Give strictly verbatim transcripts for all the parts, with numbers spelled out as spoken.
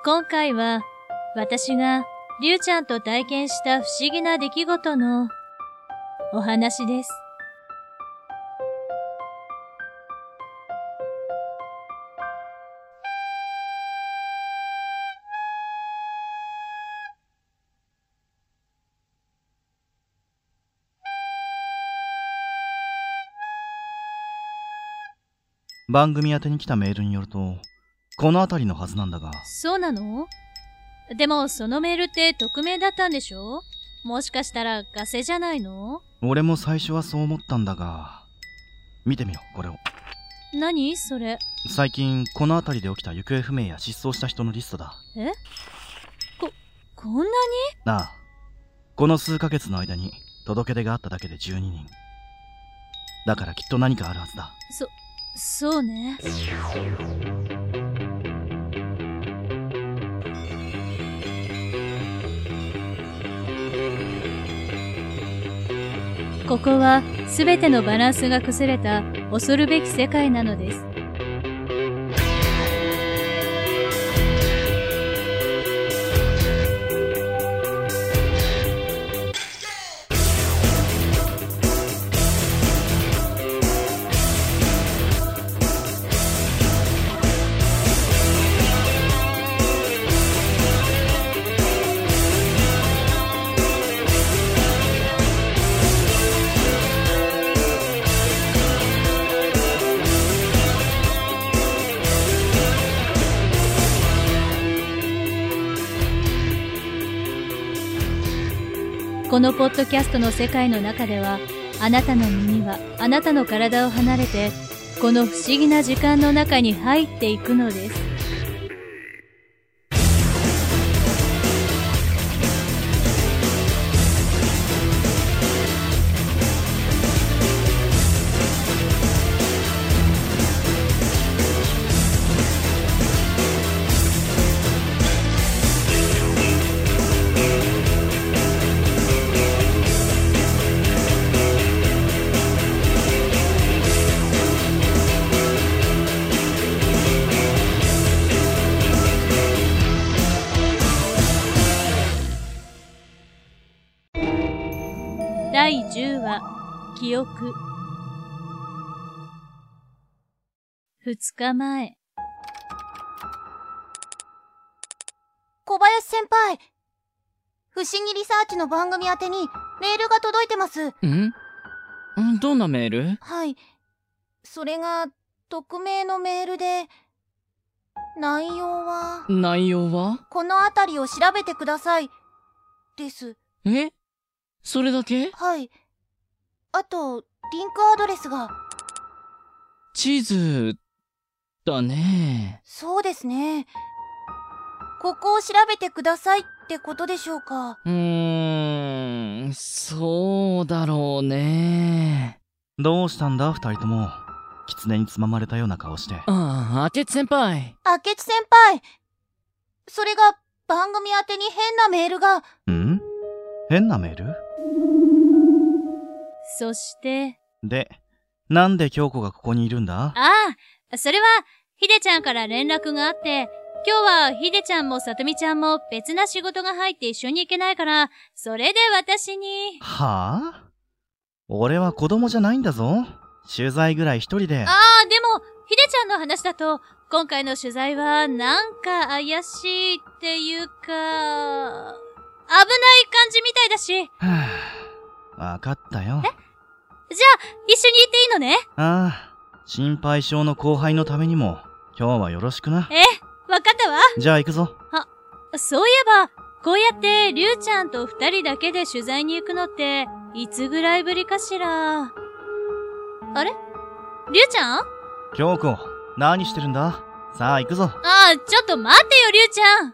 今回は私がりゅうちゃんと体験した不思議な出来事のお話です。 番組宛てに来たメールによると、この辺りのはずなんだが。 そうなの？でもそのメールって匿名だったんでしょ？もしかしたらガセじゃないの？ 俺も最初はそう思ったんだが、見てみよう、これを。 何それ？ 最近この辺りで起きた行方不明や失踪した人のリストだ。 え？こ、こんなに？ ああ、この数ヶ月の間に届け出があっただけでじゅうににん。だからきっと何かあるはずだ。 そ、そうね。ここはすべてのバランスが崩れた恐るべき世界なのです。このポッドキャストの世界の中では、あなたの耳はあなたの体を離れて、この不思議な時間の中に入っていくのです。だいじゅうわ、記憶。ふつかまえ。 小林先輩、不思議リサーチの番組宛てにメールが届いてます。 ん？どんなメール？ はい。それが匿名のメールで、内容は内容はこの辺りを調べてくださいです。 え？それだけ？ はい。あとリンクアドレスが。 地図だね。 そうですね。ここを調べてくださいってことでしょうか。 うーん、そうだろうね。 どうしたんだ二人とも。狐につままれたような顔して。 ああ、明智先輩。 明智先輩、それが番組宛てに変なメールが。 ん？変なメール？ そして。 で、なんで京子がここにいるんだ？ ああ、それはひでちゃんから連絡があって、今日はひでちゃんもさとみちゃんも別な仕事が入って一緒に行けないから、それで私に。 はあ？俺は子供じゃないんだぞ。取材ぐらい一人で。 ああ、でもひでちゃんの話だと今回の取材はなんか怪しいっていうか、危ない感じみたいだし。 はあ、わかったよ。 え？じゃあ一緒に行っていいのね？ ああ、心配性の後輩のためにも今日はよろしくな。 え、わかったわ。 じゃあ行くぞ。 あ、そういえばこうやってりゅうちゃんと二人だけで取材に行くのっていつぐらいぶりかしら。あれ？りゅうちゃん？ 京子、何してるんだ？さあ行くぞ。 ああ、ちょっと待ってよりゅうちゃん。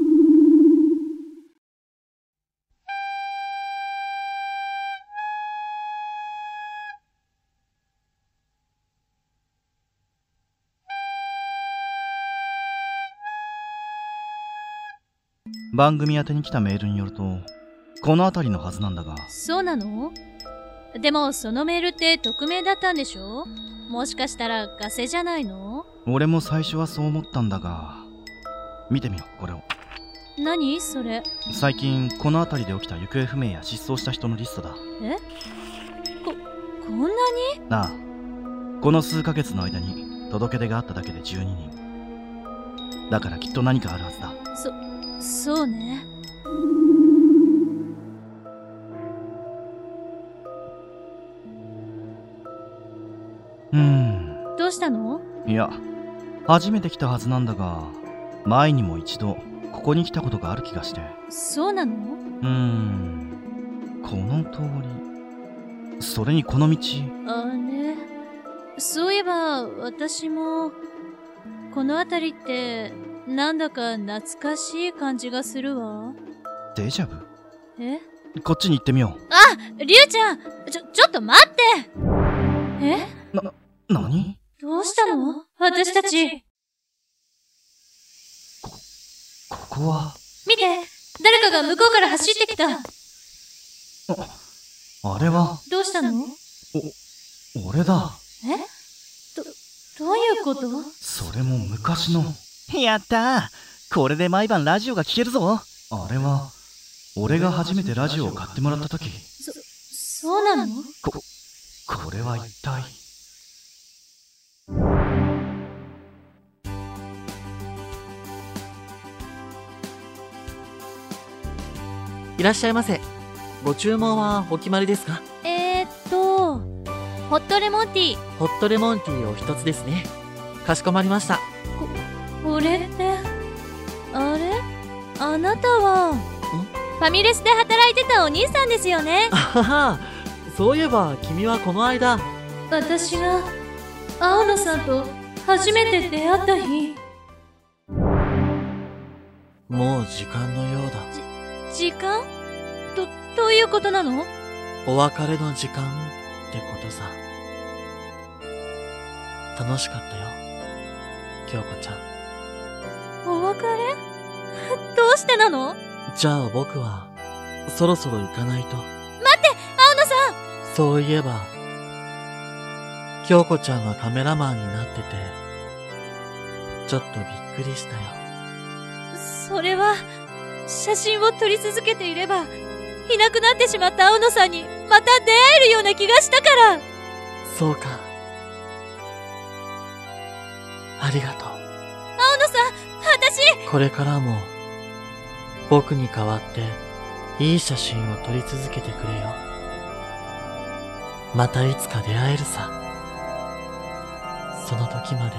番組宛てに来たメールによると、この辺りのはずなんだが。 そうなの？でもそのメールって匿名だったんでしょ？もしかしたらガセじゃないの？ 俺も最初はそう思ったんだが、 見てみよう、これを。 何それ？ 最近この辺りで起きた行方不明や失踪した人のリストだ。 え？こ、こんなに？ なあ、この数ヶ月の間に届け出があっただけでじゅうににん。だからきっと何かあるはずだ。 そ、そうね。 うーん。 どうしたの？ いや、初めて来たはずなんだが、前にも一度ここに来たことがある気がして。 そうなの？ うーん。この通り、それにこの道。 あれ、そういえば私もこの辺りってなんだか懐かしい感じがするわ。 デジャブ？ え？ こっちに行ってみよう。 あ、リュウちゃん、ちょ、ちょっと待って。え？ な、何？ どうしたの？私たち。 こ、ここは。 見て、誰かが向こうから走ってきた。 あ、あれは。 どうしたの？ お、俺だ。 え？ど、どういうこと？ それも昔の。やったー！これで毎晩ラジオが聴けるぞ。あれは、俺が初めてラジオを買ってもらった時。 そ、そうなの？ こ、これは一体。 いらっしゃいませ。ご注文はお決まりですか？ えーっと、ホットレモンティー。 ホットレモンティーを一つですね。かしこまりました。 こ、これって、あれ？あなたは、ファミレスで働いてたお兄さんですよね。 あはは、そういえば君はこの間。 私が、青野さんと初めて出会った日。 もう時間のようだ。 時間？ど、どういうことなの？ お別れの時間ってことさ。楽しかったよ、京子ちゃん。 お別れ？どうしてなの？ じゃあ僕はそろそろ行かないと。 待って、青野さん！ そういえば京子ちゃんがカメラマンになっててちょっとびっくりしたよ。 それは写真を撮り続けていればいなくなってしまった青野さんにまた出会えるような気がしたから。 そうか、ありがとう。 青野さん、私これからも僕に代わっていい写真を撮り続けてくれよ。またいつか出会えるさ。その時まで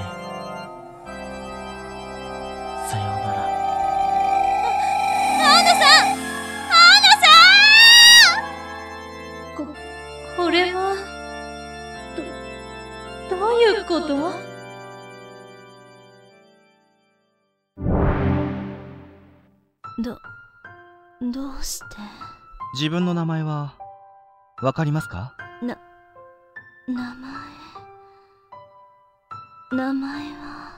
さようなら。 青野さん！青野さん！こ、これはど、どういうこと？ど、どうして？ 自分の名前はわかりますか？ な、名前名前は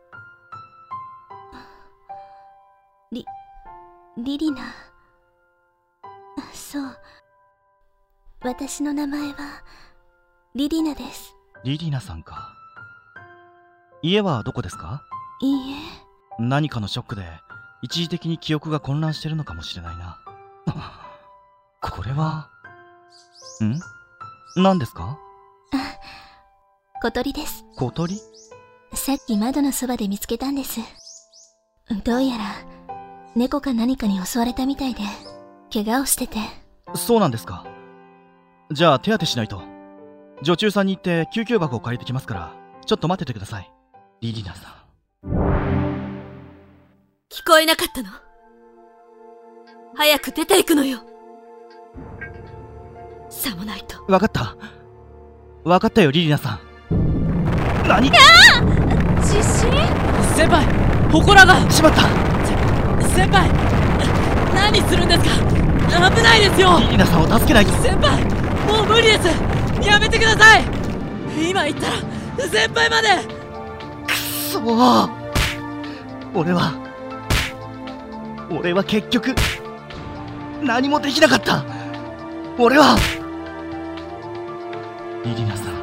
リ、リリナ。そう、私の名前はリリナです。 リリナさんか。家はどこですか？ いいえ。 何かのショックで一時的に記憶が混乱してるのかもしれないな。これはん？何ですか？ 小鳥です。 小鳥？ さっき窓のそばで見つけたんです。どうやら猫か何かに襲われたみたいで怪我をしてて。 そうなんですか。じゃあ手当てしないと。女中さんに行って救急箱を借りてきますから、ちょっと待っててください。リリナさん。 聞こえなかったの？早く出ていくのよ。さもないと。 わかった。わかったよ、リリナさん。何？ ああ！地震？ 先輩、祠が！ しまった！ 先輩、何するんですか？危ないですよ！ リリナさんを助けないと。 先輩、もう無理です！やめてください！今行ったら先輩まで！ くそー！俺は俺は結局何もできなかった。俺はリリナさん、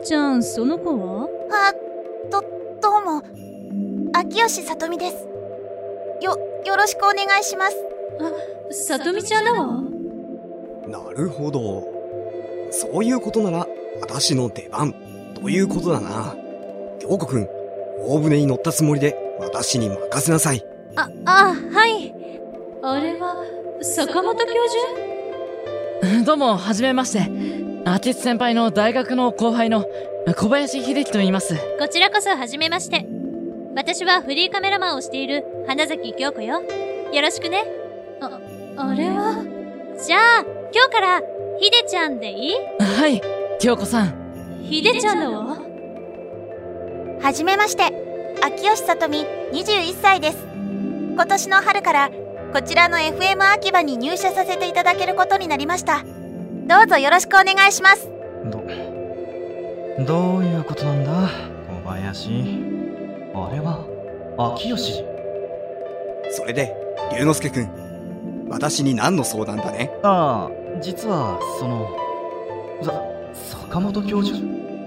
ちゃん、その子は？ あ、ど、どうも。秋吉さとみです。よ、よろしくお願いします。 あ、さとみちゃんだわ。 なるほど。そういうことなら、私の出番、ということだな。京子くん、大船に乗ったつもりで、私に任せなさい。 あ、あ、はい。あれは、坂本教授？ どうも、はじめまして。秋津先輩の大学の後輩の小林秀樹と言います。 こちらこそはじめまして。私はフリーカメラマンをしている花崎京子よ。よろしくね。あ、あれは？じゃあ、今日から、ひでちゃんでいい？ はい、京子さん。 ひでちゃんだわ。 はじめまして。秋吉さとみ、にじゅういっさいです。今年の春から、こちらの エフエム 秋葉に入社させていただけることになりました。どうぞよろしくお願いします。 ど、どういうことなんだ、小林。あれは、秋吉。 それで、龍之介くん、私に何の相談だね？ ああ、実は、その、さ、坂本教授？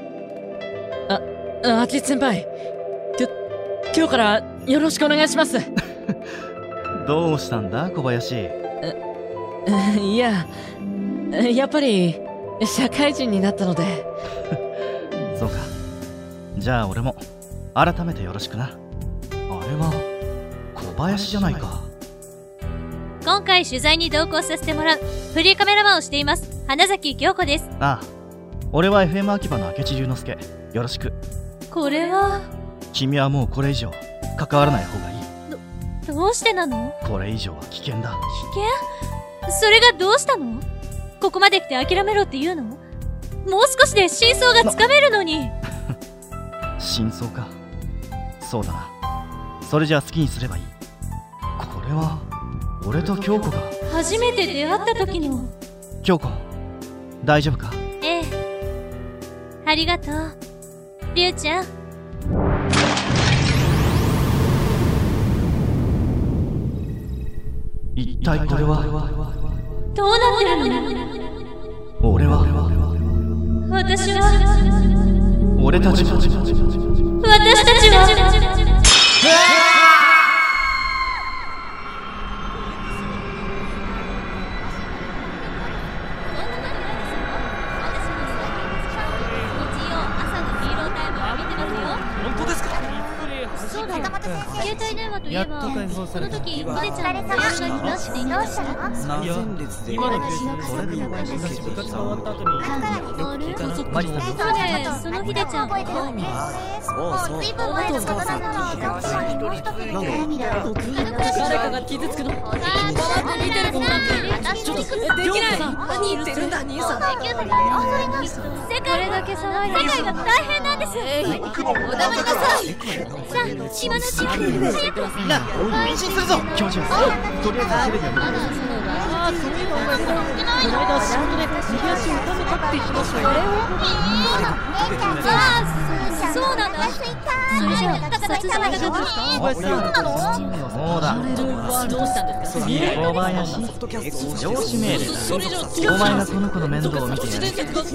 あ、秋津先輩。きょ、今日からよろしくお願いします。 どうしたんだ、小林。 いや、やっぱり、社会人になったので。 そうか。じゃあ俺も、改めてよろしくな。あれは、小林じゃないか。 今回取材に同行させてもらう、フリーカメラマンをしています、花崎京子です。 ああ、俺は エフエム 秋葉の明智龍之介。よろしく。 これは… 君はもうこれ以上、関わらない方がいい。 ど、どうしてなの？ これ以上は危険だ。 危険？それがどうしたの？ここまで来て諦めろって言うの？もう少しで真相がつかめるのに。 真相か。そうだな。それじゃあ好きにすればいい。これは俺と京子が初めて出会った時の。 京子、大丈夫か？ ええ、ありがとう龍ちゃん。 一体これはどうなってるの？ 俺は私は俺たちは私たちは携帯電話といえば、その時ひでちゃんの電話に出していなかった。 今のケースそれでも部活終わった後にマリさんそうね、そのひでちゃんそうそう。 ずいぶん前のことなの。 誰かが傷つくの。ババッと見てる子なんてちょっとできない。何言ってるんだ兄さん。 世界だけ騒いで世界が大変なんです。お黙りなさい。さあ、今のうちに早く。 みんな妊娠するぞ。教授、とりあえずテレビを見る。 ああ、そういえばお前さ、この間仕事で右足痛めたって言ってましたよね。 ああ、そうなんだ。それじゃあ、殺人がどうですか？ 小林さん、そうだ。 どうしたんですか？ 小林、上司命令だ。お前がこの子の面倒を見てやる。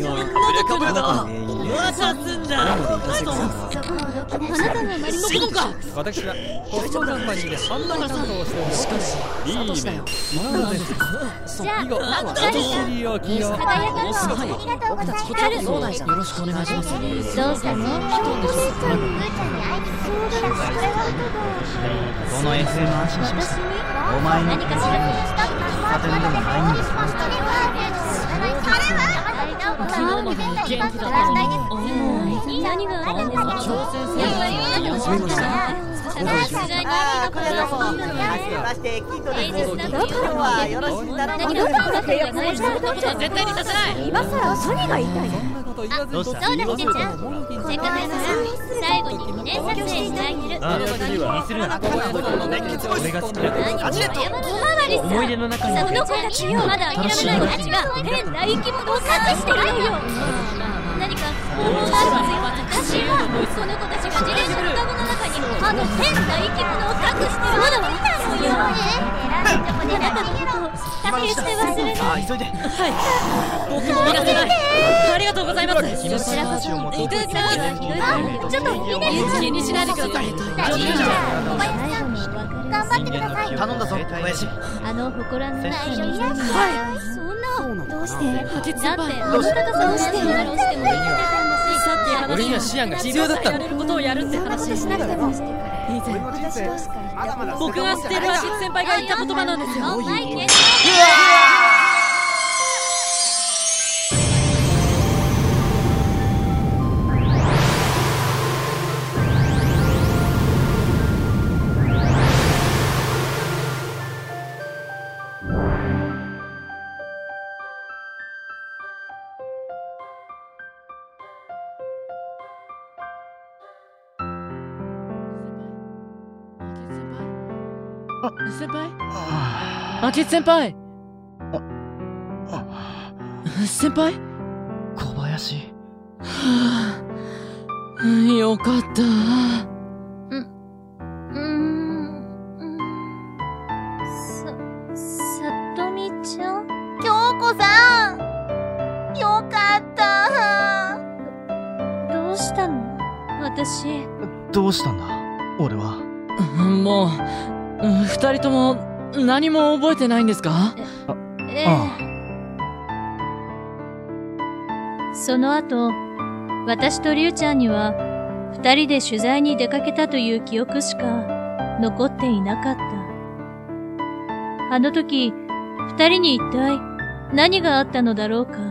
噂すんだ。 あなたの周りのか。 私はホストカンパニーで販売担当をしております。しかし、いいね。そうですか。 じゃあ、 以後、 何知りおきを。 輝かありがとうございます。 こちらこそよろしくお願いします。 どうしたの？ この エフエム 安心しました。お前の何かしら家電でもないんですか？ 昨日まで元気だったのに。 何があるんですか？やっぱりあなたの仕事だ。さすがにこれはそんなに平日だというのはよろしく頼む。何があるわけがない。そんなことは絶対にさせない。今さら何が言いたいの？あ、そうだひでちゃん。せっかくだから最後に記念撮影してあげる。 あなたにはするな。俺が好きなアジレット。おまわりさん。 思い出の中にその子たちよ。まだ諦めないアジが変な生き物を隠してないよ。何か方法があるんですよ。私はこの子たちが自転車のカゴの中にあの変な生き物を隠してる。まだわそうよ。あなたのことを決して忘れない。 ああ、急いで。 はい。僕も見らせない。ありがとうございます。 こちらこそ。 いただきます。 あ、ちょっとミネルさん。 気にしないでください。 大丈夫じゃん。小林さん、頑張ってください。 頼んだぞ、小林。 あの祠の最初いらっしゃい。そんな。どうして？だってあなたがそうしてなろうしてもいいってさっき話俺には思案が必要だった。 やれることをやるって話しなくても。以前僕が知ってるアシツ先輩が言った言葉なんですよ。 お前け先輩アキツ先輩先輩小林。 はあ、よかった。 う、うーん、さ、さとみちゃん？ 京子さん、よかった。 どうしたの？私。 どうしたんだ俺は。 もう二人とも何も覚えてないんですか？ ええ。 あその後、私とリュウちゃんには二人で取材に出かけたという記憶しか残っていなかった。あの時、二人に一体何があったのだろうか。